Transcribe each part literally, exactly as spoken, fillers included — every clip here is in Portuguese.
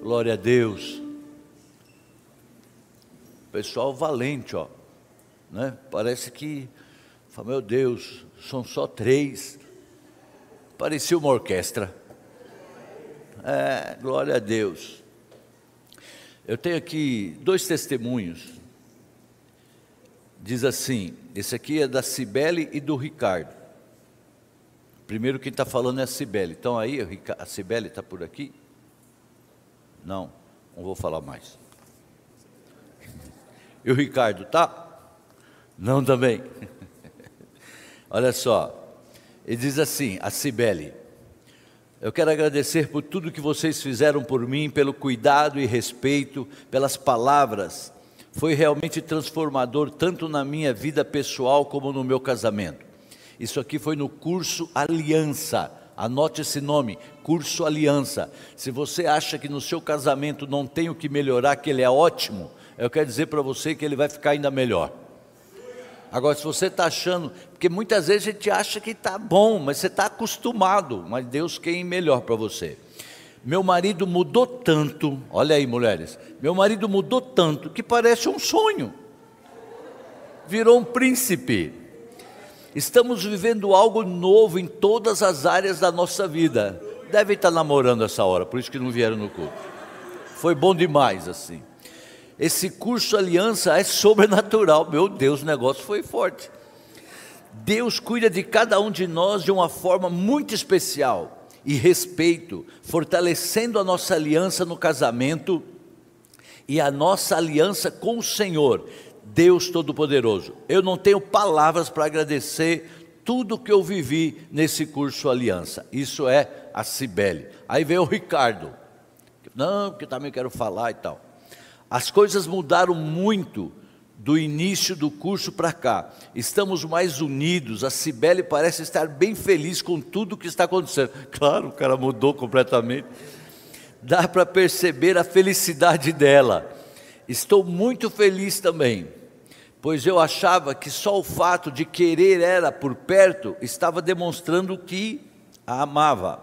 Glória a Deus. Pessoal valente, ó, né? Parece que, meu Deus, são só três. Parecia uma orquestra. É, glória a Deus. Eu tenho aqui dois testemunhos. Diz assim, esse aqui é da Cibele e do Ricardo. Primeiro quem está falando é a Cibele. Então aí, a Cibele está por aqui? Não, não vou falar mais. E o Ricardo, tá? Não também. Olha só, ele diz assim, a Cibele: eu quero agradecer por tudo que vocês fizeram por mim, pelo cuidado e respeito, pelas palavras. Foi realmente transformador, tanto na minha vida pessoal como no meu casamento. Isso aqui foi no curso Aliança. Anote esse nome, curso Aliança. Se você acha que no seu casamento não tem o que melhorar, que ele é ótimo, eu quero dizer para você que ele vai ficar ainda melhor. Agora, se você está achando, porque muitas vezes a gente acha que está bom, mas você está acostumado, mas Deus quer melhor para você. Meu marido mudou tanto, olha aí mulheres, meu marido mudou tanto que parece um sonho, virou um príncipe. Estamos vivendo algo novo em todas as áreas da nossa vida. Devem estar namorando essa hora, por isso que não vieram no culto. Foi bom demais assim. Esse curso Aliança é sobrenatural, meu Deus, o negócio foi forte. Deus cuida de cada um de nós de uma forma muito especial e respeito, fortalecendo a nossa aliança no casamento e a nossa aliança com o Senhor, Deus Todo-Poderoso. Eu não tenho palavras para agradecer tudo que eu vivi nesse curso Aliança. Isso é a Cibele. Aí veio o Ricardo, não, porque também quero falar e tal. As coisas mudaram muito do início do curso para cá. Estamos mais unidos. A Cibele parece estar bem feliz com tudo que está acontecendo. Claro, o cara mudou completamente. Dá para perceber a felicidade dela. Estou muito feliz também, pois eu achava que só o fato de querer ela por perto estava demonstrando que a amava.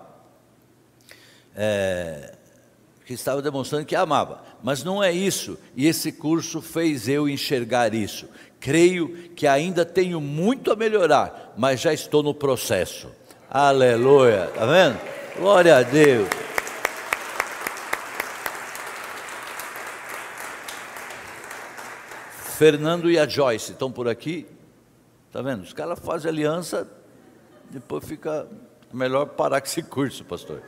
É... que estava demonstrando que amava, mas não é isso, e esse curso fez eu enxergar isso. Creio que ainda tenho muito a melhorar, mas já estou no processo. Aleluia, está vendo? Glória a Deus. Fernando e a Joyce estão por aqui, está vendo? Os caras fazem aliança, depois fica melhor parar com esse curso, pastor.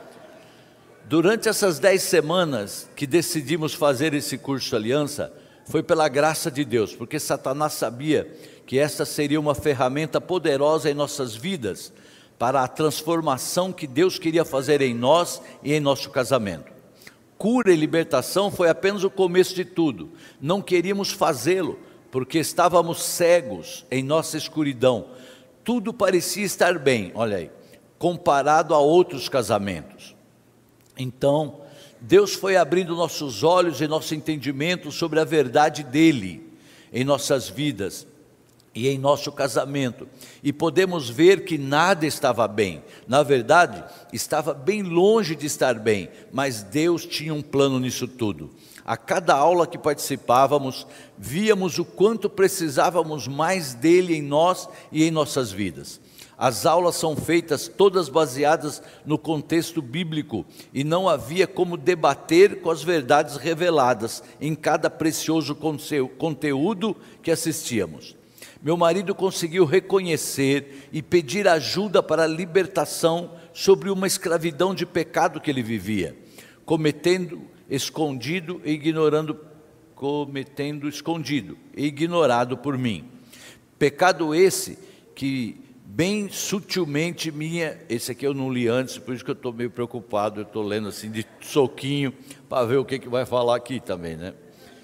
Durante essas dez semanas que decidimos fazer esse curso Aliança, foi pela graça de Deus, porque Satanás sabia que essa seria uma ferramenta poderosa em nossas vidas, para a transformação que Deus queria fazer em nós e em nosso casamento. Cura e libertação foi apenas o começo de tudo. Não queríamos fazê-lo, porque estávamos cegos em nossa escuridão. Tudo parecia estar bem, olha aí, comparado a outros casamentos. Então, Deus foi abrindo nossos olhos e nosso entendimento sobre a verdade dEle em nossas vidas e em nosso casamento, e podemos ver que nada estava bem. Na verdade, estava bem longe de estar bem, mas Deus tinha um plano nisso tudo. A cada aula que participávamos, víamos o quanto precisávamos mais dEle em nós e em nossas vidas. As aulas são feitas todas baseadas no contexto bíblico e não havia como debater com as verdades reveladas em cada precioso conteúdo que assistíamos. Meu marido conseguiu reconhecer e pedir ajuda para a libertação sobre uma escravidão de pecado que ele vivia, cometendo escondido e ignorando, cometendo escondido e ignorado por mim. Pecado esse que bem sutilmente minha, esse aqui eu não li antes, por isso que eu estou meio preocupado, eu estou lendo assim de soquinho, para ver o que, que vai falar aqui também, né?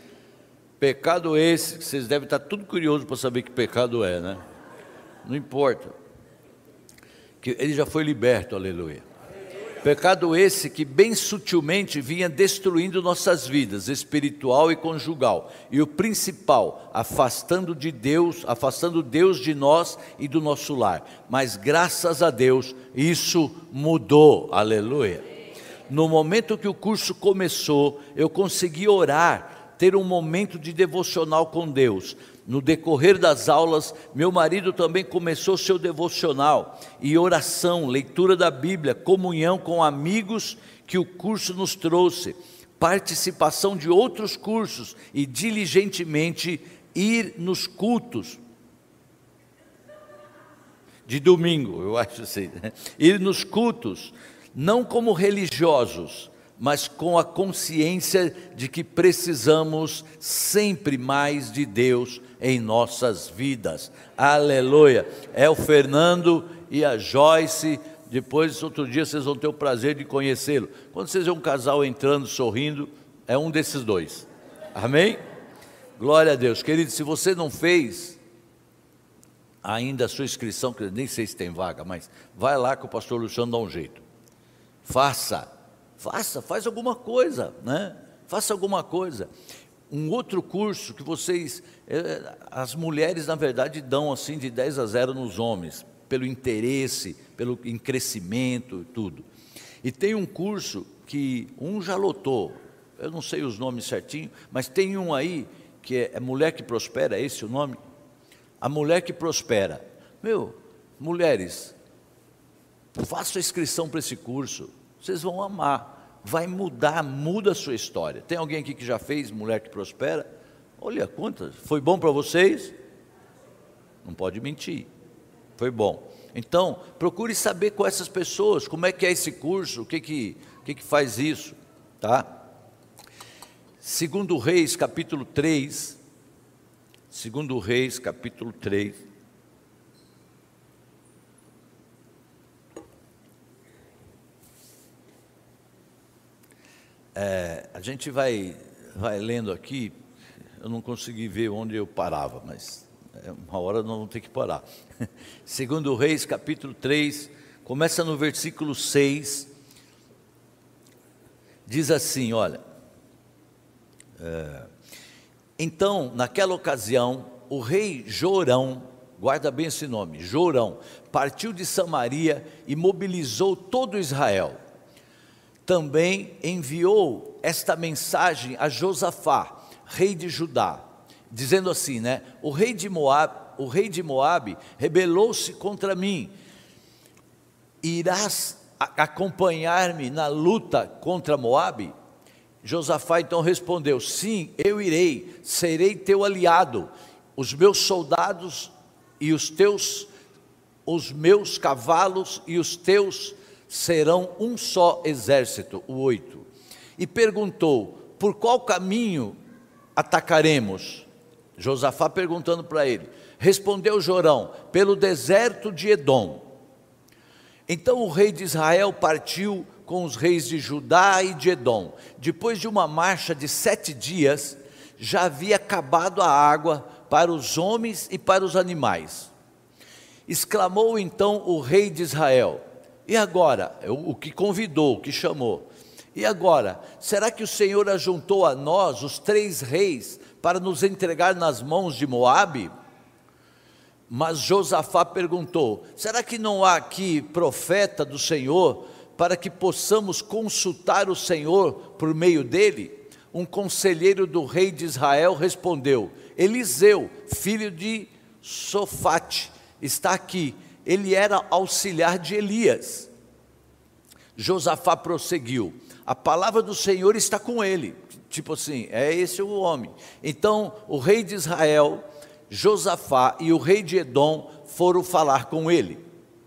Pecado esse, que vocês devem estar tudo curiosos para saber que pecado é, né? Não importa, que ele já foi liberto, aleluia. Pecado esse que bem sutilmente vinha destruindo nossas vidas, espiritual e conjugal, e o principal, afastando de Deus, afastando Deus de nós e do nosso lar. Mas graças a Deus, isso mudou, aleluia. No momento que o curso começou, eu consegui orar, ter um momento de devocional com Deus. No decorrer das aulas, meu marido também começou seu devocional e oração, leitura da Bíblia, comunhão com amigos que o curso nos trouxe, participação de outros cursos e diligentemente ir nos cultos de domingo, eu acho assim, né? Ir nos cultos, não como religiosos, mas com a consciência de que precisamos sempre mais de Deus em nossas vidas. Aleluia. É o Fernando e a Joyce. Depois, outro dia, vocês vão ter o prazer de conhecê-lo. Quando vocês veem um casal entrando, sorrindo, é um desses dois. Amém? Glória a Deus. Querido, se você não fez ainda a sua inscrição, que nem sei se tem vaga, mas vai lá que o pastor Luciano dá um jeito. Faça. Faça, faz alguma coisa, né? Faça alguma coisa. Um outro curso que vocês, as mulheres na verdade dão assim de dez a zero nos homens, pelo interesse, pelo em crescimento e tudo. E tem um curso que um já lotou, eu não sei os nomes certinho, mas tem um aí que é, é Mulher que Prospera, é esse o nome? A Mulher que Prospera. Meu, mulheres, façam a inscrição para esse curso. Vocês vão amar, vai mudar, muda a sua história. Tem alguém aqui que já fez Mulher que Prospera? Olha quantas, foi bom para vocês? Não pode mentir, foi bom. Então, procure saber com essas pessoas, como é que é esse curso, o que que, o que, que faz isso, tá? Segundo Reis, capítulo três, Segundo Reis, capítulo três, É, a gente vai, vai lendo aqui, eu não consegui ver onde eu parava, mas uma hora nós vamos ter que parar. Segundo Reis, capítulo três, começa no versículo seis, diz assim, olha, é, então, naquela ocasião, o rei Jorão, guarda bem esse nome, Jorão, partiu de Samaria e mobilizou todo Israel. Também enviou esta mensagem a Josafá, rei de Judá, dizendo assim, né? O rei de Moab, o rei de Moabe rebelou-se contra mim. Irás acompanhar-me na luta contra Moabe? Josafá então respondeu, sim, eu irei, serei teu aliado. Os meus soldados e os teus, os meus cavalos e os teus serão um só exército, o oito. E perguntou, por qual caminho atacaremos? Josafá perguntando para ele. Respondeu Jorão, pelo deserto de Edom. Então o rei de Israel partiu com os reis de Judá e de Edom. Depois de uma marcha de sete dias, já havia acabado a água para os homens e para os animais. Exclamou então o rei de Israel, e agora, o que convidou, o que chamou, e agora, será que o Senhor ajuntou a nós, os três reis, para nos entregar nas mãos de Moabe? Mas Josafá perguntou, será que não há aqui profeta do Senhor, para que possamos consultar o Senhor por meio dele? Um conselheiro do rei de Israel respondeu, Eliseu, filho de Sofate, está aqui. Ele era auxiliar de Elias. Josafá prosseguiu, a palavra do Senhor está com ele, tipo assim, é esse o homem. Então o rei de Israel, Josafá e o rei de Edom foram falar com ele.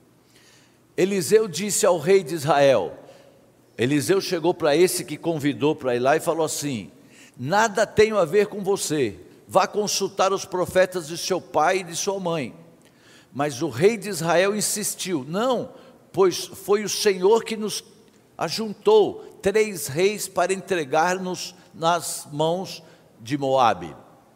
Eliseu disse ao rei de Israel, Eliseu chegou para esse que convidou para ir lá e falou assim, nada tenho a ver com você, vá consultar os profetas de seu pai e de sua mãe. Mas o rei de Israel insistiu, não, pois foi o Senhor que nos ajuntou, três reis para entregar-nos nas mãos de Moabe.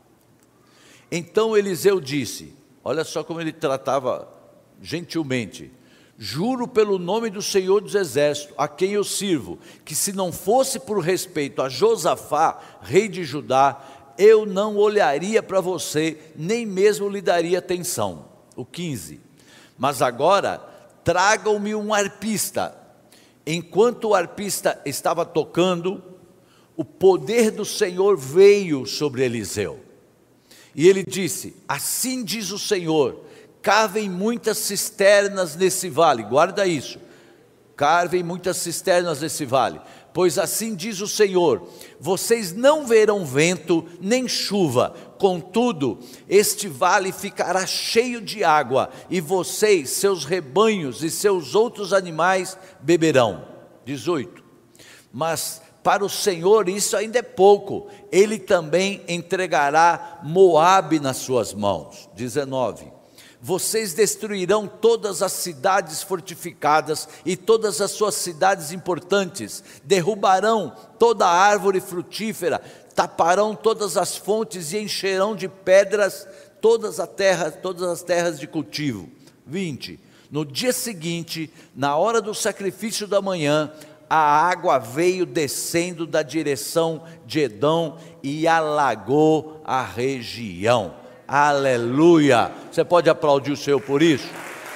Então Eliseu disse, olha só como ele tratava gentilmente, juro pelo nome do Senhor dos Exércitos, a quem eu sirvo, que se não fosse por respeito a Josafá, rei de Judá, eu não olharia para você, nem mesmo lhe daria atenção. O quinze, mas agora tragam-me um arpista. enquanto o arpista estava tocando, o poder do Senhor veio sobre Eliseu. E ele disse: assim diz o Senhor, cavem muitas cisternas nesse vale. Guarda isso, cavem muitas cisternas nesse vale. Pois assim diz o Senhor, vocês não verão vento nem chuva, contudo, este vale ficará cheio de água, e vocês, seus rebanhos e seus outros animais beberão. dezoito. Mas para o Senhor isso ainda é pouco, Ele também entregará Moabe nas suas mãos. dezenove. Vocês destruirão todas as cidades fortificadas e todas as suas cidades importantes, derrubarão toda a árvore frutífera, taparão todas as fontes e encherão de pedras todas, a terra, todas as terras de cultivo. vinte. No dia seguinte, na hora do sacrifício da manhã, a água veio descendo da direção de Edom e alagou a região. Aleluia! Você pode aplaudir o Senhor por isso?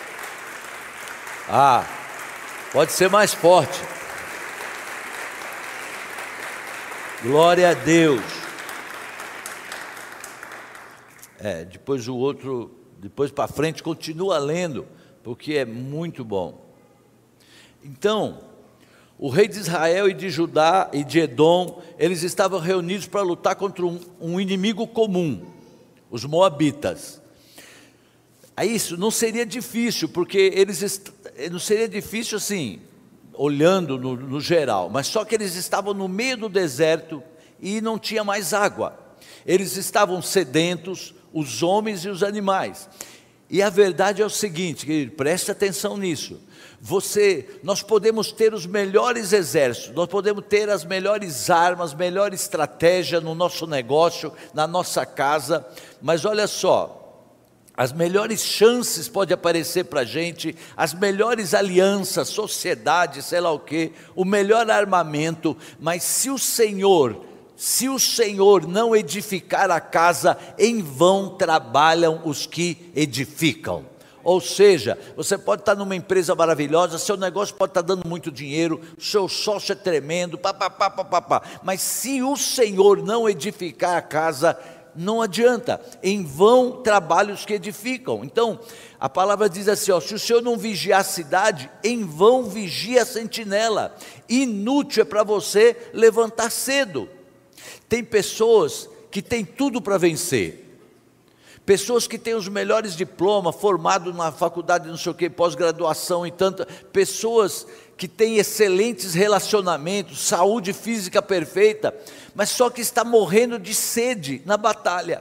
Ah, pode ser mais forte. Glória a Deus. É, depois o outro, depois para frente, continua lendo, porque é muito bom. Então, o rei de Israel e de Judá e de Edom, eles estavam reunidos para lutar contra um, um inimigo comum, os moabitas. Aí isso não seria difícil, porque eles, não seria difícil assim, olhando no, no geral, mas só que eles estavam no meio do deserto e não tinha mais água. Eles estavam sedentos, os homens e os animais. E a verdade é o seguinte, querido, preste atenção nisso. Você, nós podemos ter os melhores exércitos, nós podemos ter as melhores armas, melhor estratégia no nosso negócio, na nossa casa, mas olha só, as melhores chances podem aparecer para a gente, as melhores alianças, sociedade, sei lá o quê, o melhor armamento, mas se o Senhor, se o Senhor não edificar a casa, em vão trabalham os que edificam. Ou seja, você pode estar numa empresa maravilhosa, seu negócio pode estar dando muito dinheiro, seu sócio é tremendo, pá, pá, pá, pá, pá, pá. Mas se o Senhor não edificar a casa, não adianta, em vão trabalham os que edificam. Então, a palavra diz assim, ó, se o Senhor não vigiar a cidade, em vão vigia a sentinela, inútil é para você levantar cedo. Tem pessoas que têm tudo para vencer, pessoas que têm os melhores diplomas, formados na faculdade, não sei o que, pós-graduação e tanta, pessoas que têm excelentes relacionamentos, saúde física perfeita, mas só que está morrendo de sede na batalha.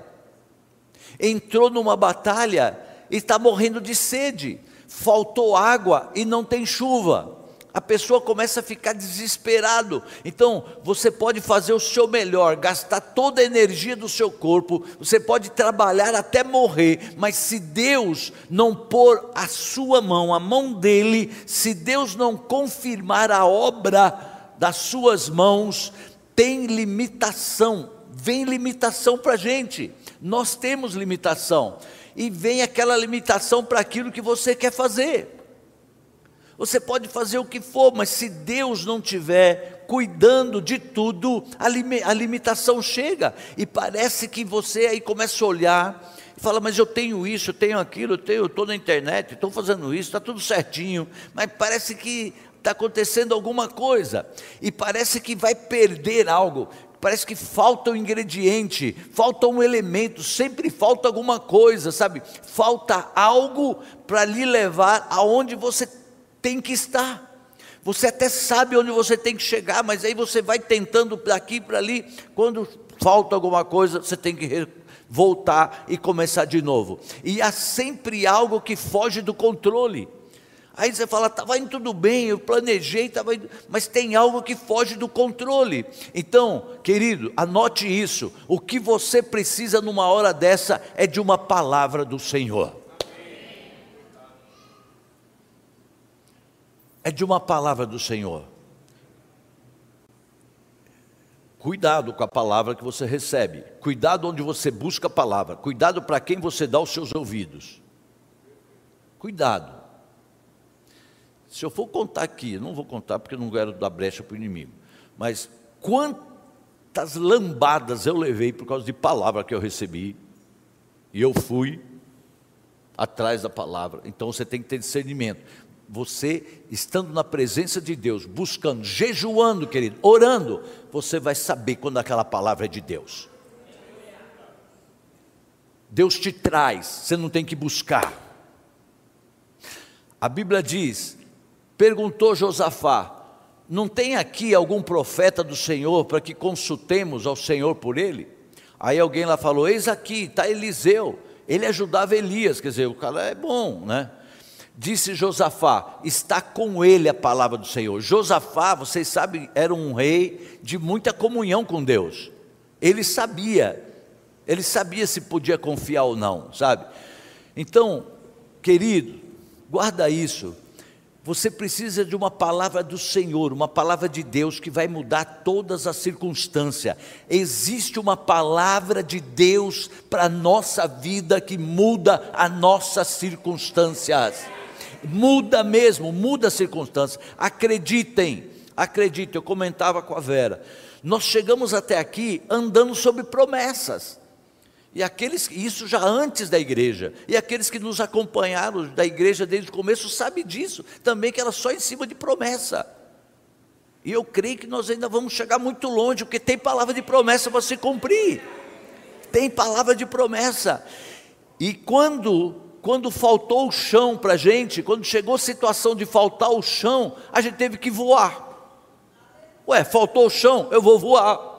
Entrou numa batalha e está morrendo de sede, faltou água e não tem chuva. A pessoa começa a ficar desesperado. Então, você pode fazer o seu melhor, gastar toda a energia do seu corpo, você pode trabalhar até morrer, mas se Deus não pôr a sua mão, a mão dele, se Deus não confirmar a obra das suas mãos, tem limitação, vem limitação para a gente, nós temos limitação, e vem aquela limitação para aquilo que você quer fazer. Você pode fazer o que for, mas se Deus não estiver cuidando de tudo, a, lim, a limitação chega, e parece que você aí começa a olhar, e fala, mas eu tenho isso, eu tenho aquilo, eu tenho, eu estou na internet, estou fazendo isso, está tudo certinho, mas parece que está acontecendo alguma coisa, e parece que vai perder algo, parece que falta um ingrediente, falta um elemento, sempre falta alguma coisa, sabe? Falta algo para lhe levar aonde você tem que estar. Você até sabe onde você tem que chegar, mas aí você vai tentando para aqui, para ali, quando falta alguma coisa, você tem que voltar e começar de novo, e há sempre algo que foge do controle. Aí você fala, estava indo tudo bem, eu planejei, tava indo, mas tem algo que foge do controle. Então, querido, anote isso, o que você precisa numa hora dessa, é de uma palavra do Senhor. É de uma palavra do Senhor. Cuidado com a palavra que você recebe, cuidado onde você busca a palavra, cuidado para quem você dá os seus ouvidos, cuidado. Se eu for contar aqui, eu não vou contar porque eu não quero dar brecha para o inimigo, mas quantas lambadas eu levei por causa de palavra que eu recebi, e eu fui atrás da palavra. Então você tem que ter discernimento. Você, estando na presença de Deus, buscando, jejuando, querido, orando, você vai saber quando aquela palavra é de Deus. Deus te traz, você não tem que buscar. A Bíblia diz, perguntou Josafá, não tem aqui algum profeta do Senhor para que consultemos ao Senhor por ele? Aí alguém lá falou, eis aqui, está Eliseu, ele ajudava Elias, quer dizer, o cara é bom, né? Disse Josafá, está com ele a palavra do Senhor. Josafá, vocês sabem, era um rei de muita comunhão com Deus. Ele sabia, ele sabia se podia confiar ou não, sabe? Então, querido, guarda isso. Você precisa de uma palavra do Senhor, uma palavra de Deus que vai mudar todas as circunstâncias. Existe uma palavra de Deus para a nossa vida que muda as nossas circunstâncias. Muda mesmo, muda as circunstâncias. Acreditem, acreditem, eu comentava com a Vera. Nós chegamos até aqui andando sobre promessas. E aqueles, isso já antes da igreja, e aqueles que nos acompanharam da igreja desde o começo, sabem disso, também que era só em cima de promessa, e eu creio que nós ainda vamos chegar muito longe, porque tem palavra de promessa para se cumprir, tem palavra de promessa, e quando, quando faltou o chão para a gente, quando chegou a situação de faltar o chão, a gente teve que voar, ué, faltou o chão, eu vou voar,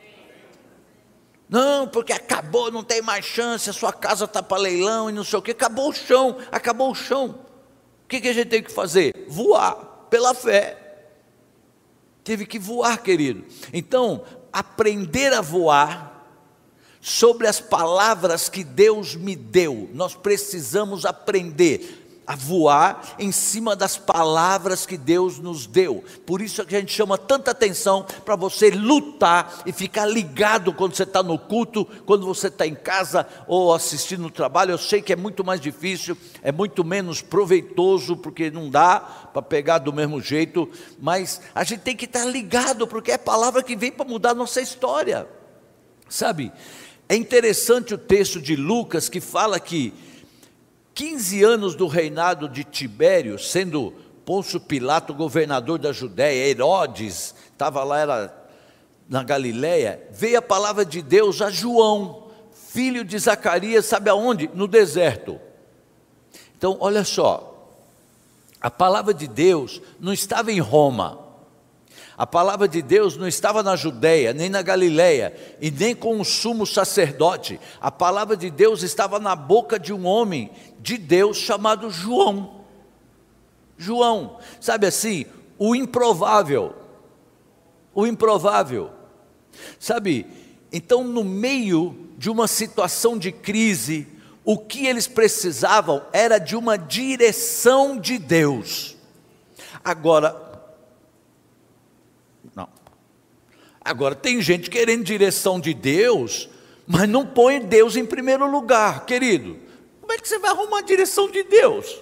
não, porque acabou, não tem mais chance, a sua casa está para leilão e não sei o que, acabou o chão, acabou o chão, o que, que a gente tem que fazer? Voar, pela fé, teve que voar, querido. Então, aprender a voar, sobre as palavras que Deus me deu, nós precisamos aprender a voar em cima das palavras que Deus nos deu. Por isso é que a gente chama tanta atenção para você lutar e ficar ligado quando você está no culto, quando você está em casa ou assistindo no trabalho. Eu sei que é muito mais difícil, é muito menos proveitoso, porque não dá para pegar do mesmo jeito, mas a gente tem que estar ligado, porque é a palavra que vem para mudar a nossa história, sabe? É interessante o texto de Lucas que fala que quinze anos do reinado de Tibério, sendo Pôncio Pilato governador da Judéia, Herodes estava lá, era na Galileia, veio a palavra de Deus a João, filho de Zacarias, sabe aonde? No deserto. Então, olha só, a palavra de Deus não estava em Roma, a palavra de Deus não estava na Judéia, nem na Galileia, e nem com o sumo sacerdote. A palavra de Deus estava na boca de um homem de Deus chamado João. João, sabe assim, o improvável, o improvável, sabe? Então, no meio de uma situação de crise, o que eles precisavam era de uma direção de Deus. Agora, não. Agora tem gente querendo direção de Deus, mas não põe Deus em primeiro lugar, querido. Como é que você vai arrumar a direção de Deus?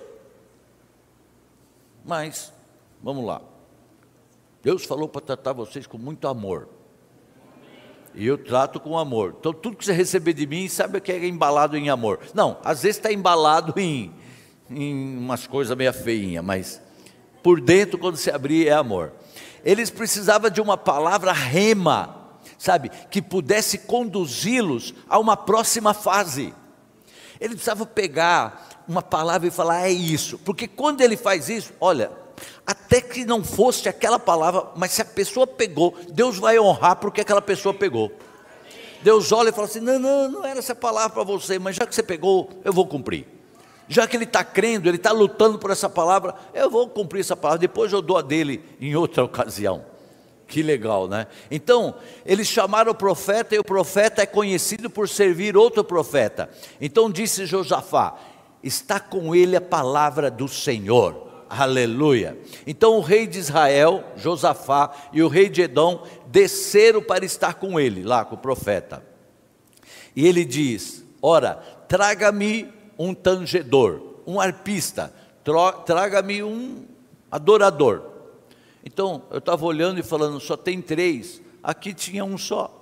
Mas, vamos lá. Deus falou para tratar vocês com muito amor. E eu trato com amor. Então tudo que você receber de mim, sabe que é embalado em amor. Não, às vezes está embalado em, em umas coisas meio feinhas, mas por dentro, quando você abrir, é amor. Eles precisavam de uma palavra rema, sabe, que pudesse conduzi-los a uma próxima fase. Ele precisava pegar uma palavra e falar, é isso, porque quando ele faz isso, olha, até que não fosse aquela palavra, mas se a pessoa pegou, Deus vai honrar porque aquela pessoa pegou. Deus olha e fala assim, não, não, não era essa palavra para você, mas já que você pegou, eu vou cumprir. Já que ele está crendo, ele está lutando por essa palavra, eu vou cumprir essa palavra, depois eu dou a dele em outra ocasião. Que legal, né? Então, eles chamaram o profeta, e o profeta é conhecido por servir outro profeta. Então disse Josafá, está com ele a palavra do Senhor, aleluia. Então o rei de Israel, Josafá, e o rei de Edom desceram para estar com ele, lá com o profeta. E ele diz, ora, traga-me um tangedor, um arpista, traga-me um adorador. Então, eu estava olhando e falando, só tem três, aqui tinha um só.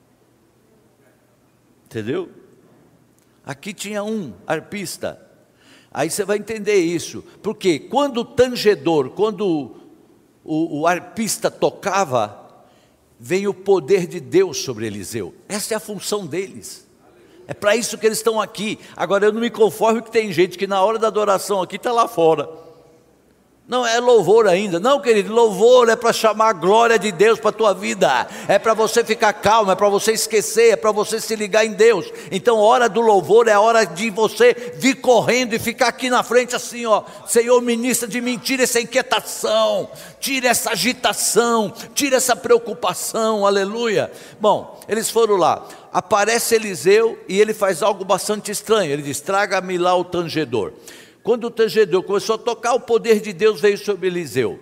Entendeu? Aqui tinha um arpista. Aí você vai entender isso, porque quando o tangedor, quando o, o arpista tocava, vem o poder de Deus sobre Eliseu. Essa é a função deles. É para isso que eles estão aqui. Agora eu não me conformo que tem gente que na hora da adoração aqui está lá fora. Não é louvor ainda. Não, querido, louvor é para chamar a glória de Deus para a tua vida. É para você ficar calmo, é para você esquecer, é para você se ligar em Deus. Então a hora do louvor é a hora de você vir correndo e ficar aqui na frente assim, ó. Senhor, ministra de mim, tira essa inquietação, tira essa agitação, tira essa preocupação, aleluia. Bom, eles foram lá. Aparece Eliseu e ele faz algo bastante estranho. Ele diz, traga-me lá o tangedor. Quando o tangedor começou a tocar, o poder de Deus veio sobre Eliseu.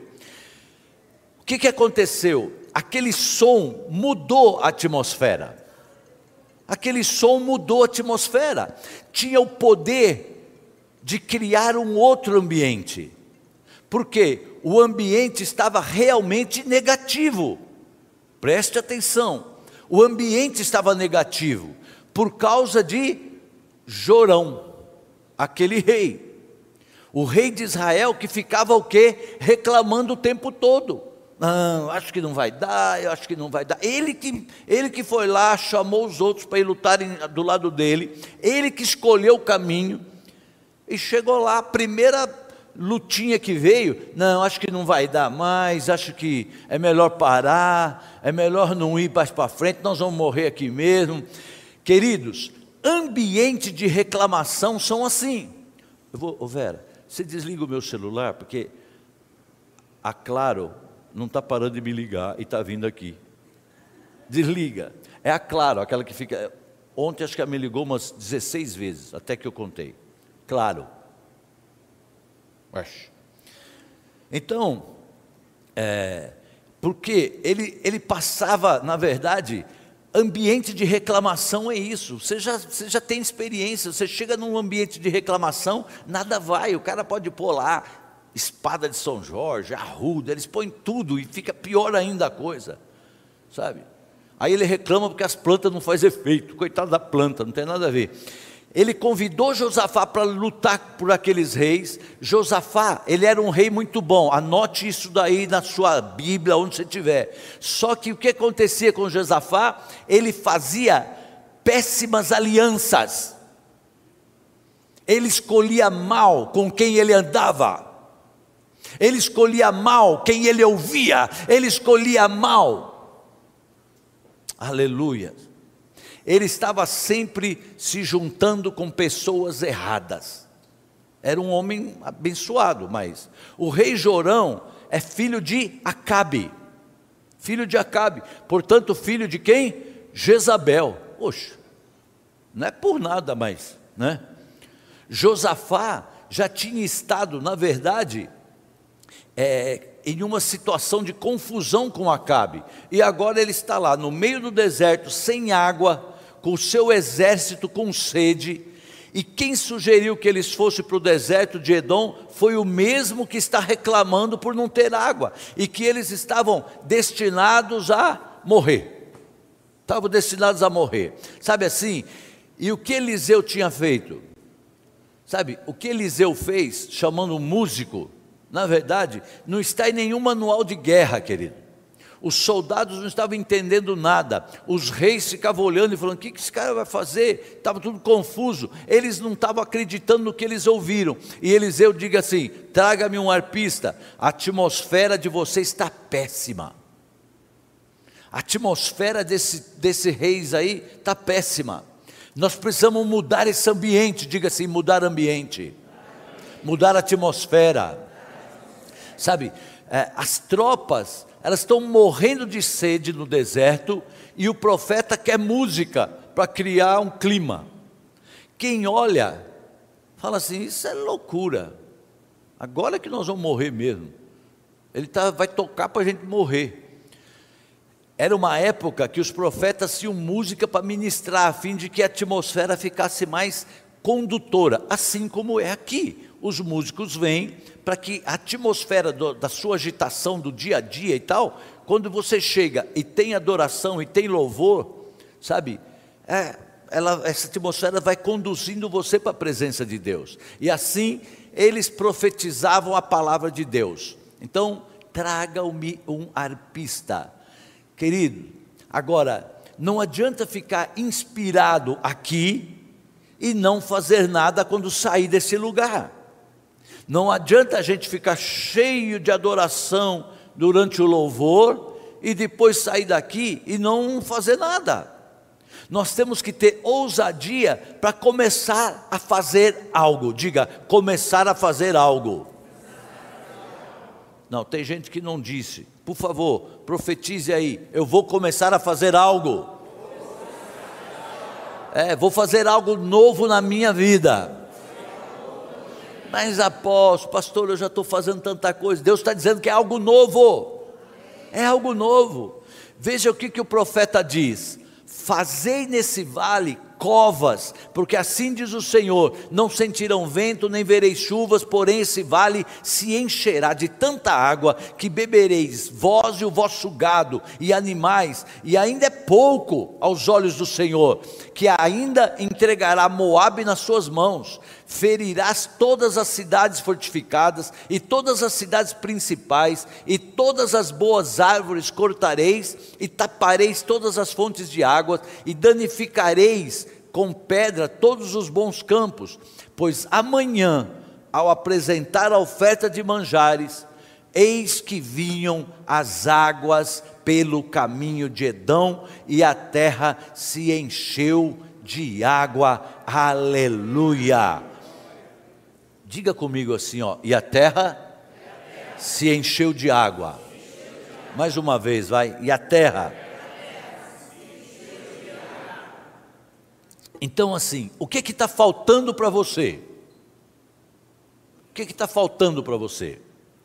O que, que aconteceu? Aquele som mudou a atmosfera. Aquele som mudou a atmosfera. Tinha o poder de criar um outro ambiente. Porque o ambiente estava realmente negativo. Preste atenção. O ambiente estava negativo por causa de Jorão, aquele rei. O rei de Israel que ficava o quê? Reclamando o tempo todo. Não, acho que não vai dar, eu acho que não vai dar. Ele que, ele que foi lá, chamou os outros para ir lutarem do lado dele. Ele que escolheu o caminho. E chegou lá, a primeira lutinha que veio, não, acho que não vai dar mais, acho que é melhor parar, é melhor não ir mais para frente, nós vamos morrer aqui mesmo. Queridos, ambiente de reclamação são assim. Eu vou, ô Vera, você desliga o meu celular, porque a Claro não está parando de me ligar e está vindo aqui. Desliga. É a Claro, aquela que fica... Ontem acho que ela me ligou umas dezesseis vezes, até que eu contei. Claro. Então, é, porque ele, ele passava, na verdade... Ambiente de reclamação é isso, você já, você já tem experiência, você chega num ambiente de reclamação, nada vai, o cara pode pôr lá, espada de São Jorge, arruda, eles põem tudo e fica pior ainda a coisa, sabe? Aí ele reclama porque as plantas não fazem efeito, coitado da planta, não tem nada a ver. Ele convidou Josafá para lutar por aqueles reis. Josafá, ele era um rei muito bom, anote isso daí na sua Bíblia, onde você estiver. Só que o que acontecia com Josafá? Ele fazia péssimas alianças, ele escolhia mal com quem ele andava, ele escolhia mal quem ele ouvia, ele escolhia mal, aleluia. Ele estava sempre se juntando com pessoas erradas. Era um homem abençoado, mas o rei Jorão é filho de Acabe. Filho de Acabe, portanto filho de quem? Jezabel. Poxa, não é por nada mais, né? Josafá já tinha estado, na verdade, é, em uma situação de confusão com Acabe. E agora ele está lá no meio do deserto, sem água, com o seu exército com sede, e quem sugeriu que eles fossem para o deserto de Edom, foi o mesmo que está reclamando por não ter água, e que eles estavam destinados a morrer, estavam destinados a morrer, sabe assim, e o que Eliseu tinha feito? Sabe, o que Eliseu fez, chamando um músico, na verdade, não está em nenhum manual de guerra, querido. Os soldados não estavam entendendo nada, os reis ficavam olhando e falando, o que esse cara vai fazer? Estava tudo confuso, eles não estavam acreditando no que eles ouviram. E Eliseu diga assim, traga-me um arpista, a atmosfera de você está péssima. A atmosfera desse, desse reis aí está péssima. Nós precisamos mudar esse ambiente, diga assim, mudar ambiente, mudar a atmosfera. Sabe, é, as tropas, elas estão morrendo de sede no deserto, e o profeta quer música para criar um clima. Quem olha, fala assim, isso é loucura, agora que nós vamos morrer mesmo, ele tá, vai tocar para a gente morrer. Era uma época que os profetas tinham música para ministrar, a fim de que a atmosfera ficasse mais condutora, assim como é aqui. os músicos vêm para que a atmosfera do, da sua agitação do dia a dia e tal, quando você chega e tem adoração e tem louvor, sabe, é, ela, essa atmosfera vai conduzindo você para a presença de Deus. E assim eles profetizavam a palavra de Deus. Então, traga-me um arpista. Querido, agora, não adianta ficar inspirado aqui e não fazer nada quando sair desse lugar. Não adianta a gente ficar cheio de adoração durante o louvor e depois sair daqui e não fazer nada. Nós temos que ter ousadia para começar a fazer algo. Diga, começar a fazer algo. Não, tem gente que não disse. Por favor, profetize aí. Eu vou começar a fazer algo. É, vou fazer algo novo na minha vida. Mas apóstolo, pastor, eu já estou fazendo tanta coisa. Deus está dizendo que é algo novo. É algo novo. Veja o que, que o profeta diz. Fazei nesse vale covas, porque assim diz o Senhor, não sentirão vento, nem vereis chuvas, porém esse vale se encherá de tanta água, que bebereis vós e o vosso gado, e animais, e ainda é pouco aos olhos do Senhor, que ainda entregará Moabe nas suas mãos, ferirás todas as cidades fortificadas, e todas as cidades principais, e todas as boas árvores cortareis, e tapareis todas as fontes de águas, e danificareis com pedra todos os bons campos, pois amanhã, ao apresentar a oferta de manjares, eis que vinham as águas pelo caminho de Edom, e a terra se encheu de água, aleluia. Diga comigo assim, ó, e a terra se encheu de água. Mais uma vez, vai, e a terra. Então assim, o que que está faltando para você? O que que está faltando para você?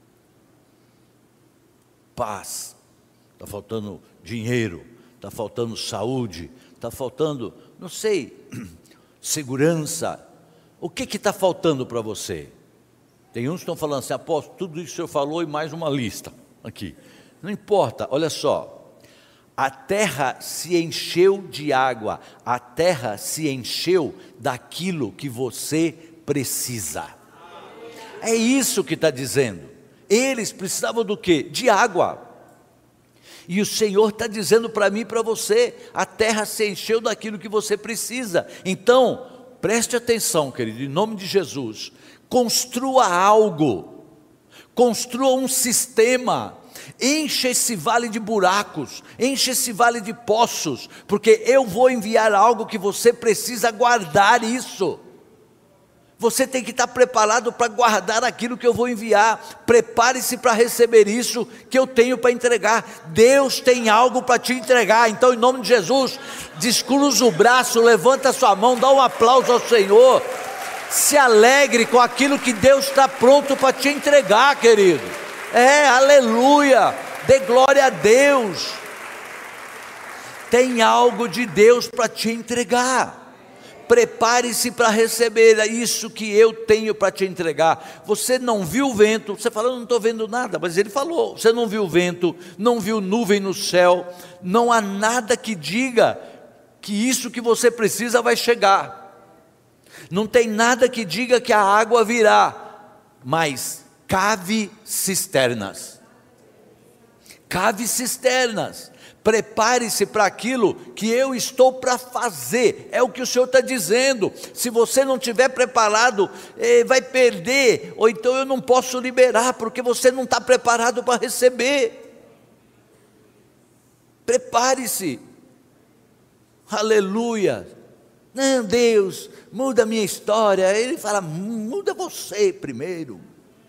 Paz, está faltando dinheiro, está faltando saúde, está faltando, não sei, segurança. O que que está faltando para você? Tem uns que estão falando assim, apóstolo, tudo isso que o senhor falou e mais uma lista aqui. Não importa, olha só. A terra se encheu de água, a terra se encheu daquilo que você precisa. É isso que está dizendo. Eles precisavam do quê? De água. E o Senhor está dizendo para mim e para você, a terra se encheu daquilo que você precisa. Então, preste atenção, querido, em nome de Jesus, construa algo, construa um sistema, enche esse vale de buracos, enche esse vale de poços, porque eu vou enviar algo que você precisa guardar isso. Você tem que estar preparado para guardar aquilo que eu vou enviar. Prepare-se para receber isso que eu tenho para entregar. Deus tem algo para te entregar. Então, em nome de Jesus, descruza o braço, levanta a sua mão, dá um aplauso ao Senhor. Se alegre com aquilo que Deus está pronto para te entregar, querido. É, aleluia, dê glória a Deus. Tem algo de Deus para te entregar. Prepare-se para receber isso que eu tenho para te entregar. Você não viu o vento, você falou, não estou vendo nada, mas ele falou, você não viu o vento, não viu nuvem no céu, não há nada que diga que isso que você precisa vai chegar, não tem nada que diga que a água virá, mas cave cisternas, cave cisternas, prepare-se para aquilo que eu estou para fazer, é o que o Senhor está dizendo. Se você não estiver preparado, eh, vai perder, ou então eu não posso liberar, porque você não está preparado para receber. Prepare-se, aleluia. Não, Deus, muda a minha história. Ele fala, muda você primeiro.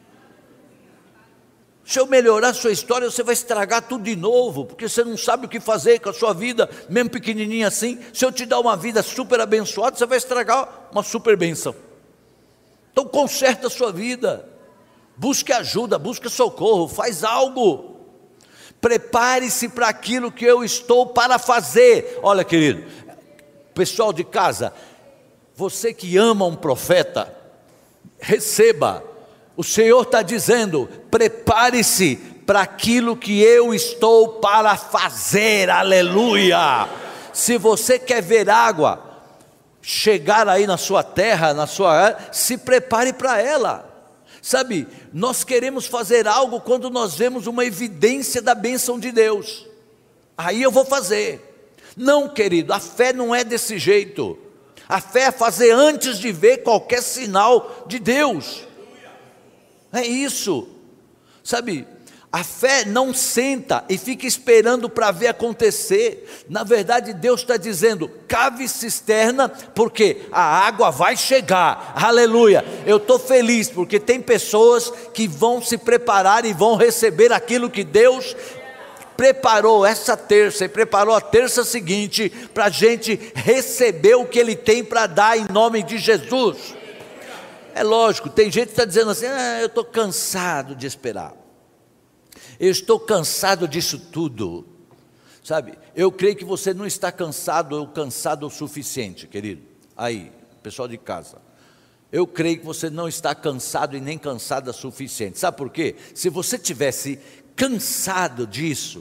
Se eu melhorar a sua história, você vai estragar tudo de novo, porque você não sabe o que fazer com a sua vida, mesmo pequenininha assim. Se eu te dar uma vida super abençoada, você vai estragar uma super bênção. Então conserta a sua vida, busque ajuda, busque socorro, faz algo. Prepare-se para aquilo que eu estou para fazer. Olha, querido, pessoal de casa, você que ama um profeta, receba. O Senhor está dizendo: prepare-se para aquilo que eu estou para fazer, aleluia. Se você quer ver água chegar aí na sua terra, na sua, se prepare para ela. Sabe, nós queremos fazer algo quando nós vemos uma evidência da bênção de Deus, aí eu vou fazer. Não, querido, a fé não é desse jeito. A fé é fazer antes de ver qualquer sinal de Deus. É isso, sabe, a fé não senta e fica esperando para ver acontecer. Na verdade, Deus está dizendo: cave cisterna, porque a água vai chegar, aleluia. Eu estou feliz, porque tem pessoas que vão se preparar e vão receber aquilo que Deus preparou essa terça e preparou a terça seguinte, para a gente receber o que Ele tem para dar em nome de Jesus. É lógico, tem gente que está dizendo assim: ah, eu estou cansado de esperar, eu estou cansado disso tudo, sabe? Eu creio que você não está cansado ou cansado o suficiente, querido. Aí, pessoal de casa, eu creio que você não está cansado e nem cansada o suficiente. Sabe por quê? Se você tivesse cansado disso,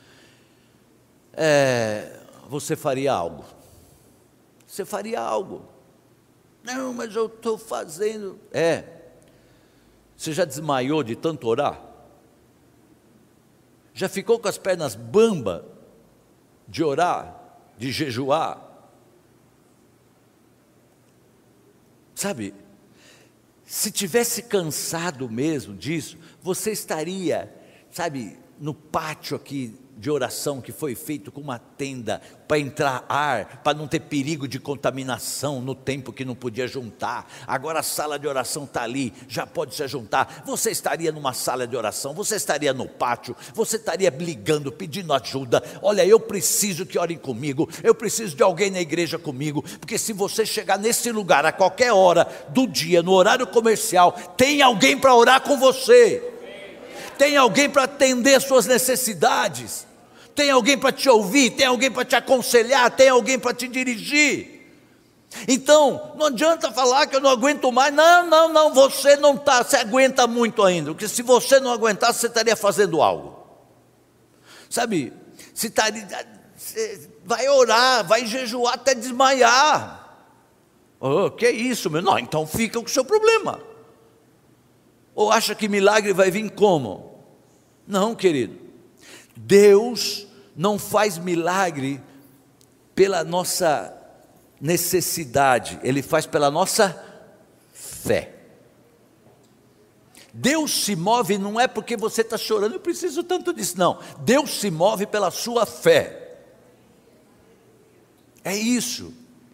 é, você faria algo, você faria algo. Não, mas eu estou fazendo. É, você já desmaiou de tanto orar? Já ficou com as pernas bamba de orar, de jejuar? Sabe, se tivesse cansado mesmo disso, você estaria, sabe, no pátio aqui de oração que foi feito com uma tenda para entrar ar, para não ter perigo de contaminação no tempo que não podia juntar. Agora a sala de oração está ali, já pode se juntar. Você estaria numa sala de oração, você estaria no pátio, você estaria ligando, pedindo ajuda. Olha, eu preciso que orem comigo, eu preciso de alguém na igreja comigo, porque se você chegar nesse lugar a qualquer hora do dia, no horário comercial, tem alguém para orar com você. Tem alguém para atender suas necessidades, tem alguém para te ouvir, tem alguém para te aconselhar, tem alguém para te dirigir. Então, não adianta falar que eu não aguento mais. Não, não, não, você não está, você aguenta muito ainda, porque se você não aguentasse, você estaria fazendo algo. Sabe, você, estaria, você vai orar, vai jejuar até desmaiar. Oh, que isso, meu? Não, então fica com o seu problema. Ou acha que milagre vai vir como? Não, querido. Deus não faz milagre pela nossa necessidade, Ele faz pela nossa fé. Deus se move não é porque você está chorando, eu preciso tanto disso, não. Deus se move pela sua fé. É isso.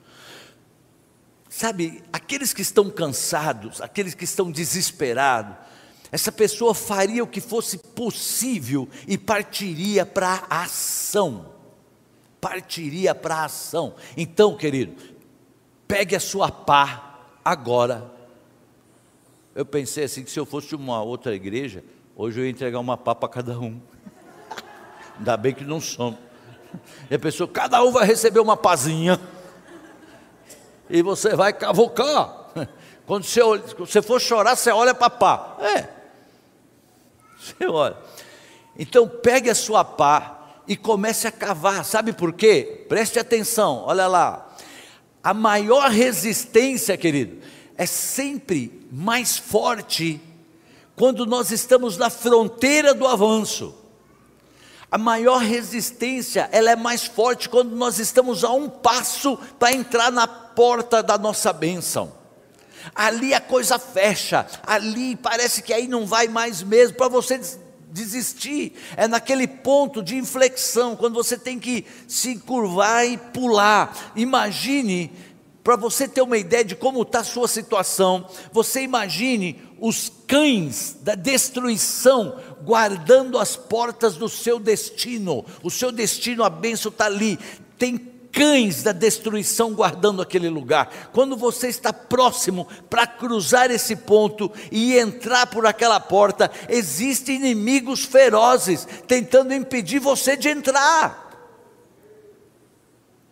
Sabe, aqueles que estão cansados, aqueles que estão desesperados, essa pessoa faria o que fosse possível e partiria para a ação, partiria para a ação. Então, querido, pegue a sua pá agora. Eu pensei assim, que se eu fosse uma outra igreja, hoje eu ia entregar uma pá para cada um. Ainda bem que não somos. E a pessoa, cada um vai receber uma pazinha. E você vai cavocar. Quando você, você for chorar, você olha para a pá. É. Você olha. Então pegue a sua pá e comece a cavar. Sabe por quê? Preste atenção, olha lá. A maior resistência, querido, é sempre mais forte quando nós estamos na fronteira do avanço. A maior resistência, ela é mais forte quando nós estamos a um passo para entrar na porta da nossa bênção. Ali a coisa fecha, ali parece que aí não vai mais mesmo, para você desistir. É naquele ponto de inflexão, quando você tem que se curvar e pular. Imagine, para você ter uma ideia de como está a sua situação, você imagine os cães da destruição guardando as portas do seu destino. O seu destino, a bênção está ali. Tem cães da destruição guardando aquele lugar. Quando você está próximo para cruzar esse ponto e entrar por aquela porta, existem inimigos ferozes tentando impedir você de entrar.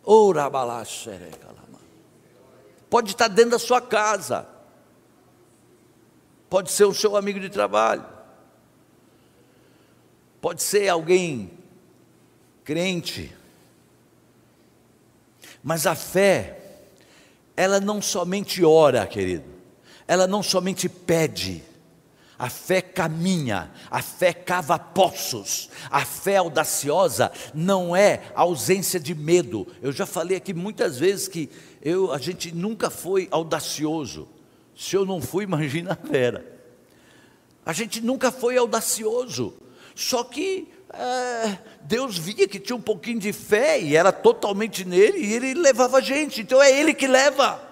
Pode estar dentro da sua casa, pode ser o seu amigo de trabalho, pode ser alguém crente. Mas a fé, ela não somente ora, querido, ela não somente pede, a fé caminha, a fé cava poços, a fé audaciosa não é ausência de medo. Eu já falei aqui muitas vezes que eu, a gente nunca foi audacioso. Se eu não fui, imagina a Vera. A gente nunca foi audacioso, só que é, Deus via que tinha um pouquinho de fé e era totalmente nele, e ele levava a gente, então é ele que leva.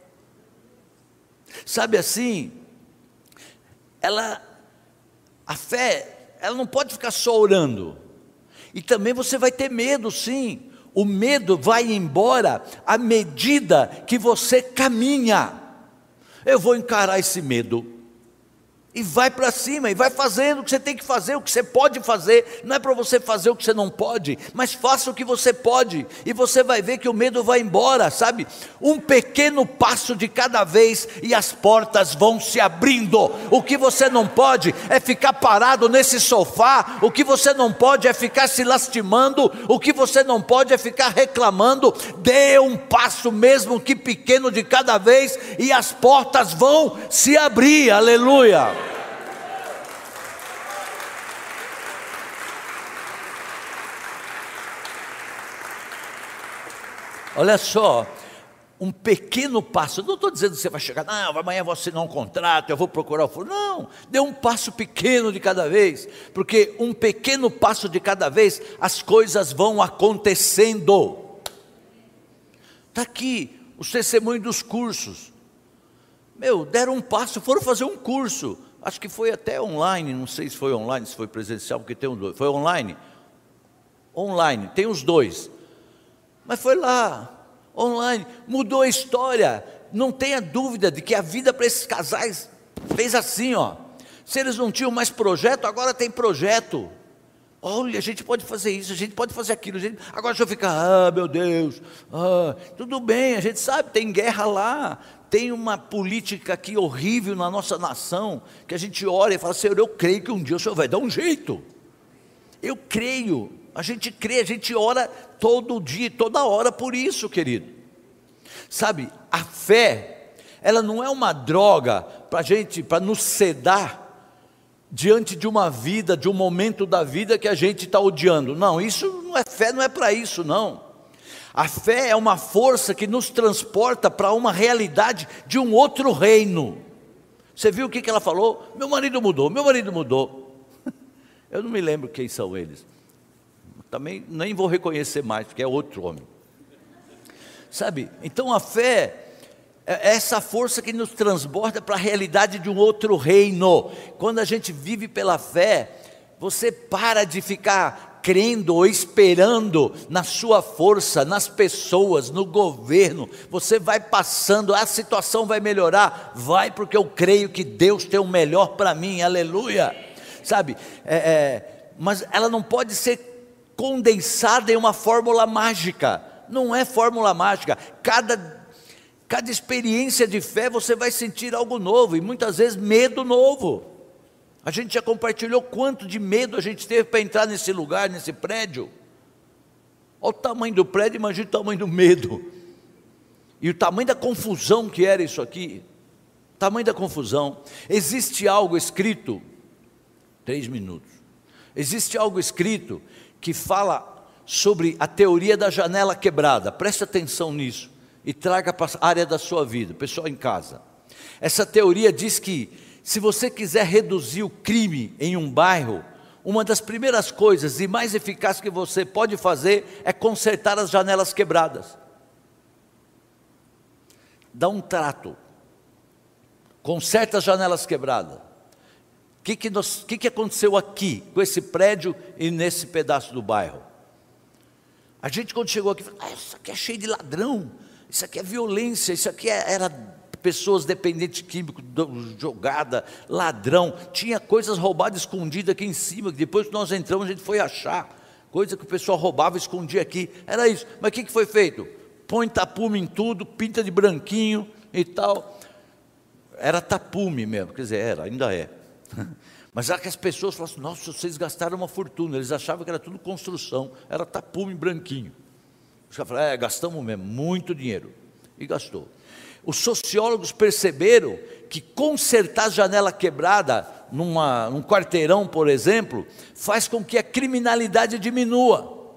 Sabe assim, ela, a fé, ela não pode ficar só orando, e também você vai ter medo, sim. O medo vai embora à medida que você caminha. Eu vou encarar esse medo, e vai para cima, e vai fazendo o que você tem que fazer, o que você pode fazer. Não é para você fazer o que você não pode, mas faça o que você pode, e você vai ver que o medo vai embora, sabe? Um pequeno passo de cada vez, e as portas vão se abrindo. O que você não pode é ficar parado nesse sofá, o que você não pode é ficar se lastimando, o que você não pode é ficar reclamando. Dê um passo, mesmo que pequeno, de cada vez, e as portas vão se abrir. Aleluia. Olha só, um pequeno passo. Eu não estou dizendo que você vai chegar, não, amanhã vou assinar um contrato, eu vou procurar o fulano. Não, dê um passo pequeno de cada vez, porque um pequeno passo de cada vez, as coisas vão acontecendo. Está aqui os testemunhos dos cursos. Meu, deram um passo, foram fazer um curso, acho que foi até online, não sei se foi online, se foi presencial, porque tem um dois, foi online, online, tem os dois, mas foi lá, online, mudou a história. Não tenha dúvida de que a vida para esses casais fez assim, ó. Se eles não tinham mais projeto, agora tem projeto. Olha, a gente pode fazer isso, a gente pode fazer aquilo, a gente... agora deixa eu ficar, ah, meu Deus, ah, tudo bem, a gente sabe, tem guerra lá, tem uma política aqui horrível na nossa nação, que a gente ora e fala, Senhor, eu creio que um dia o Senhor vai dar um jeito. Eu creio, a gente crê, a gente ora todo dia, toda hora por isso, querido. Sabe, a fé, ela não é uma droga para a gente, para nos sedar diante de uma vida, de um momento da vida que a gente está odiando. Não, isso não é fé, não é para isso, não. A fé é uma força que nos transporta para uma realidade de um outro reino. Você viu o que, que ela falou? Meu marido mudou, meu marido mudou. Eu não me lembro quem são eles. Também nem vou reconhecer mais, porque é outro homem. Sabe, então a fé é essa força que nos transborda para a realidade de um outro reino. Quando a gente vive pela fé, você para de ficar crendo ou esperando na sua força, nas pessoas, no governo. Você vai passando, a situação vai melhorar, vai, porque eu creio que Deus tem o melhor para mim, aleluia. Sabe, é, é, mas ela não pode ser condensada em uma fórmula mágica. Não é fórmula mágica. Cada Cada experiência de fé você vai sentir algo novo, e muitas vezes medo novo. A gente já compartilhou quanto de medo a gente teve para entrar nesse lugar, nesse prédio. Olha o tamanho do prédio, imagina o tamanho do medo. E o tamanho da confusão que era isso aqui. O tamanho da confusão. Existe algo escrito, três minutos. Existe algo escrito que fala sobre a teoria da janela quebrada. Preste atenção nisso e traga para a área da sua vida, pessoal em casa. Essa teoria diz que se você quiser reduzir o crime em um bairro, uma das primeiras coisas e mais eficazes que você pode fazer é consertar as janelas quebradas. Dá um trato, conserta as janelas quebradas. O que que, nós, que que aconteceu aqui, com esse prédio e nesse pedaço do bairro? A gente quando chegou aqui, falou, ah, isso aqui é cheio de ladrão, isso aqui é violência, isso aqui era pessoas dependentes químicos, jogada, ladrão, tinha coisas roubadas escondidas aqui em cima, que depois que nós entramos a gente foi achar, coisa que o pessoal roubava e escondia aqui, era isso. Mas o que, que foi feito? Põe tapume em tudo, pinta de branquinho e tal. era tapume mesmo, quer dizer, era, ainda é. Mas era que as pessoas falavam assim, nossa, vocês gastaram uma fortuna. Eles achavam que era tudo construção, era tapume branquinho. Os caras falaram, é, gastamos mesmo, muito dinheiro. E gastou. Os sociólogos perceberam que consertar a janela quebrada numa, num quarteirão, por exemplo, faz com que a criminalidade diminua.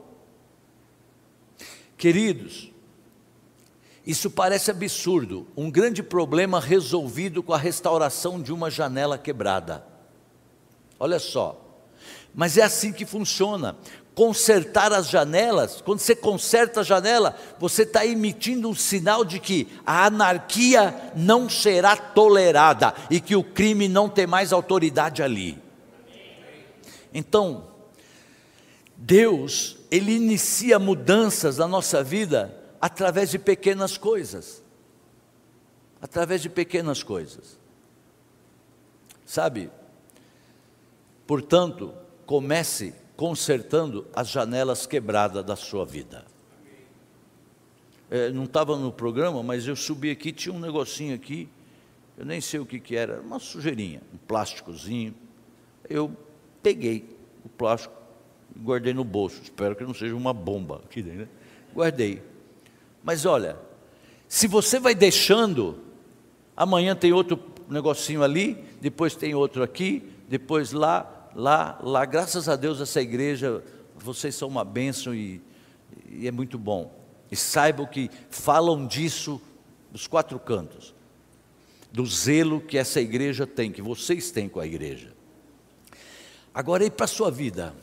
Queridos, isso parece absurdo, um grande problema resolvido com a restauração de uma janela quebrada. Olha só, mas é assim que funciona. Consertar as janelas, quando você conserta a janela, você está emitindo um sinal de que a anarquia não será tolerada e que o crime não tem mais autoridade ali. Então, Deus, Ele inicia mudanças na nossa vida através de pequenas coisas, através de pequenas coisas, sabe? Portanto, comece consertando as janelas quebradas da sua vida. É, não estava no programa, mas eu subi aqui, tinha um negocinho aqui, eu nem sei o que que era, uma sujeirinha, um plásticozinho. Eu peguei o plástico e guardei no bolso, espero que não seja uma bomba aqui dentro, né? Guardei. Mas olha, se você vai deixando, amanhã tem outro negocinho ali, depois tem outro aqui, depois lá, lá, lá, graças a Deus essa igreja, vocês são uma bênção e, e é muito bom. E saibam que falam disso dos quatro cantos, do zelo que essa igreja tem, que vocês têm com a igreja. Agora, aí para a sua vida,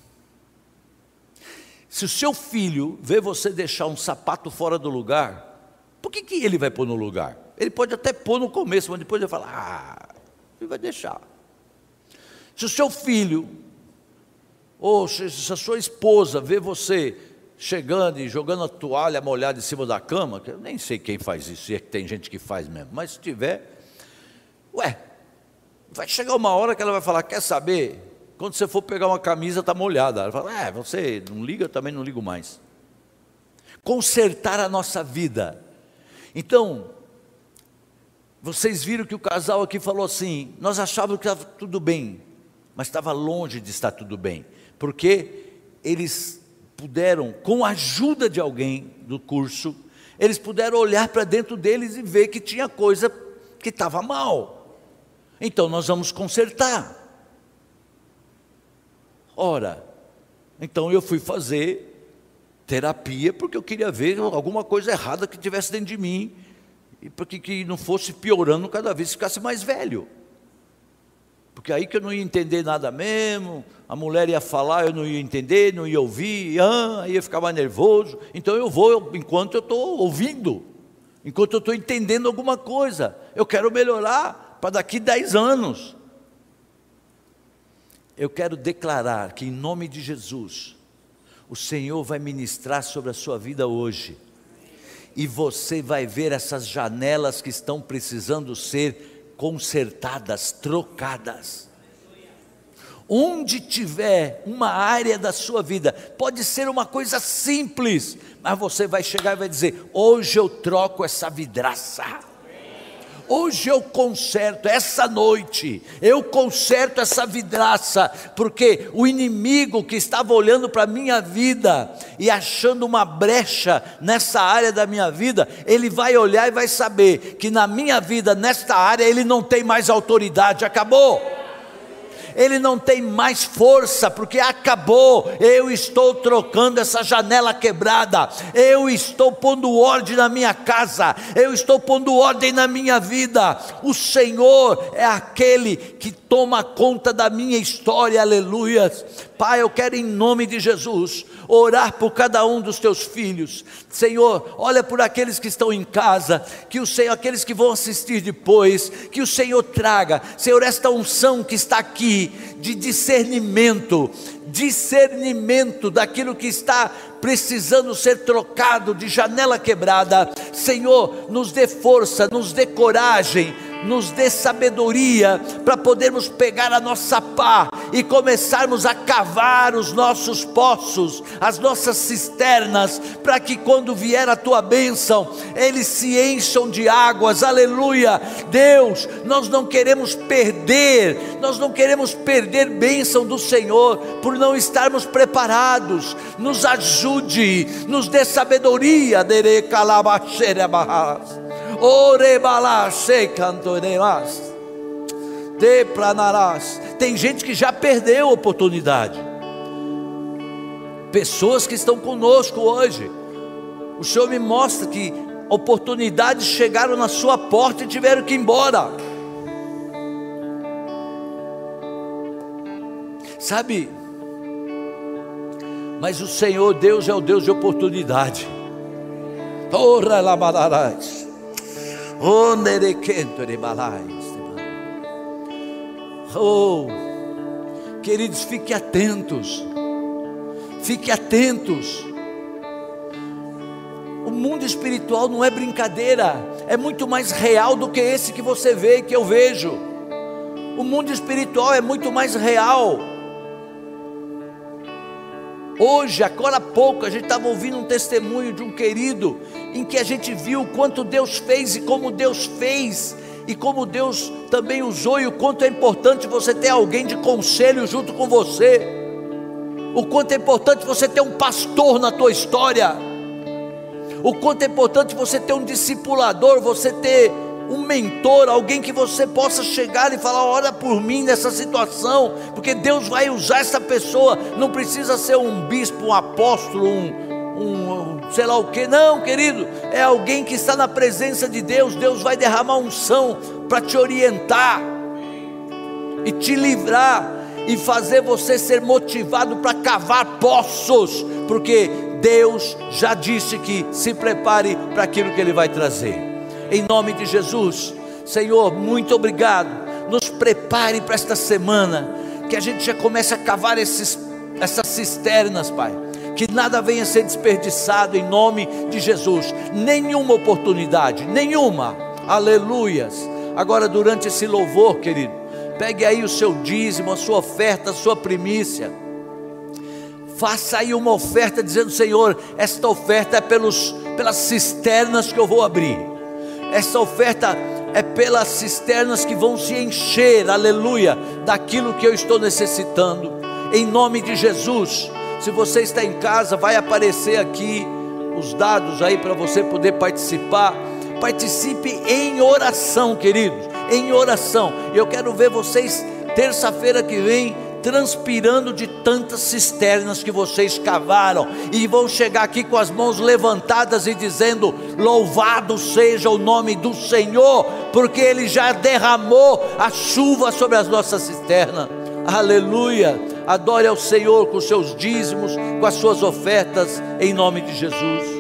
se o seu filho vê você deixar um sapato fora do lugar, por que, que ele vai pôr no lugar? Ele pode até pôr no começo, mas depois ele vai falar, ah, ele vai deixar. Se o seu filho, ou se a sua esposa vê você chegando e jogando a toalha molhada em cima da cama, que eu nem sei quem faz isso, se é que tem gente que faz mesmo, mas se tiver, ué, vai chegar uma hora que ela vai falar, quer saber, quando você for pegar uma camisa está molhada, ela fala, é, você não liga, eu também não ligo mais. Consertar a nossa vida. Então, vocês viram que o casal aqui falou assim, nós achávamos que estava tudo bem, mas estava longe de estar tudo bem, porque eles puderam, com a ajuda de alguém do curso, eles puderam olhar para dentro deles e ver que tinha coisa que estava mal. Então nós vamos consertar. Ora, então eu fui fazer terapia, porque eu queria ver alguma coisa errada que tivesse dentro de mim, e para que, que não fosse piorando cada vez que ficasse mais velho. Porque aí que eu não ia entender nada mesmo, a mulher ia falar, eu não ia entender, não ia ouvir, ah, aí ia ficar mais nervoso. Então eu vou eu, enquanto eu estou ouvindo, enquanto eu estou entendendo alguma coisa. Eu quero melhorar para daqui dez anos. Eu quero declarar que em nome de Jesus, o Senhor vai ministrar sobre a sua vida hoje. E você vai ver essas janelas que estão precisando ser consertadas, trocadas. Onde tiver uma área da sua vida, pode ser uma coisa simples, mas você vai chegar e vai dizer, hoje eu troco essa vidraça, hoje eu conserto, essa noite, eu conserto essa vidraça, porque o inimigo que estava olhando para a minha vida, e achando uma brecha nessa área da minha vida, ele vai olhar e vai saber, que na minha vida, nesta área, ele não tem mais autoridade, acabou. Ele não tem mais força, porque acabou. Eu estou trocando essa janela quebrada, eu estou pondo ordem na minha casa, eu estou pondo ordem na minha vida. O Senhor é aquele que toma conta da minha história, aleluia. Pai, eu quero em nome de Jesus orar por cada um dos teus filhos. Senhor, olha por aqueles que estão em casa, que o Senhor, aqueles que vão assistir depois, que o Senhor traga, Senhor, esta unção que está aqui, de discernimento, discernimento daquilo que está precisando ser trocado, de janela quebrada. Senhor, nos dê força, nos dê coragem, nos dê sabedoria para podermos pegar a nossa pá e começarmos a cavar os nossos poços, as nossas cisternas, para que quando vier a tua bênção, eles se encham de águas. Aleluia. Deus, nós não queremos perder, nós não queremos perder bênção do Senhor por não estarmos preparados. Nos ajude, nos dê sabedoria. Dere calabaxere barras, ore balaxe cantoremas, de planarás. Tem gente que já perdeu a oportunidade, pessoas que estão conosco hoje. O Senhor me mostra que oportunidades chegaram na sua porta e tiveram que ir embora. Sabe? Mas o Senhor Deus é o Deus de oportunidade. Ora lamarás, onerequento rebalais. Oh, queridos, fique atentos, fique atentos. O mundo espiritual não é brincadeira, é muito mais real do que esse que você vê e que eu vejo. O mundo espiritual é muito mais real. Hoje, agora há pouco, a gente estava ouvindo um testemunho de um querido, em que a gente viu o quanto Deus fez e como Deus fez, e como Deus também usou, e o quanto é importante você ter alguém de conselho junto com você, o quanto é importante você ter um pastor na tua história, o quanto é importante você ter um discipulador, você ter um mentor, alguém que você possa chegar e falar: ora por mim nessa situação, porque Deus vai usar essa pessoa. Não precisa ser um bispo, um apóstolo, um, um sei lá o que, não, querido, é alguém que está na presença de Deus. Deus vai derramar unção para te orientar e te livrar, e fazer você ser motivado para cavar poços, porque Deus já disse que se prepare para aquilo que Ele vai trazer. Em nome de Jesus, Senhor, muito obrigado. Nos prepare para esta semana, que a gente já comece a cavar esses, essas cisternas, Pai, que nada venha a ser desperdiçado, em nome de Jesus. Nenhuma oportunidade, nenhuma. Aleluias. Agora, durante esse louvor, querido, pegue aí o seu dízimo, a sua oferta, a sua primícia. Faça aí uma oferta dizendo: Senhor, esta oferta é pelos, pelas cisternas que eu vou abrir. Essa oferta é pelas cisternas que vão se encher, aleluia, daquilo que eu estou necessitando, em nome de Jesus. Se você está em casa, vai aparecer aqui os dados aí para você poder participar. Participe em oração, queridos, em oração. Eu quero ver vocês terça-feira que vem transpirando de tantas cisternas que vocês cavaram, e vão chegar aqui com as mãos levantadas e dizendo: louvado seja o nome do Senhor, porque Ele já derramou a chuva sobre as nossas cisternas. Aleluia. Adore ao Senhor com seus dízimos, com as suas ofertas, em nome de Jesus.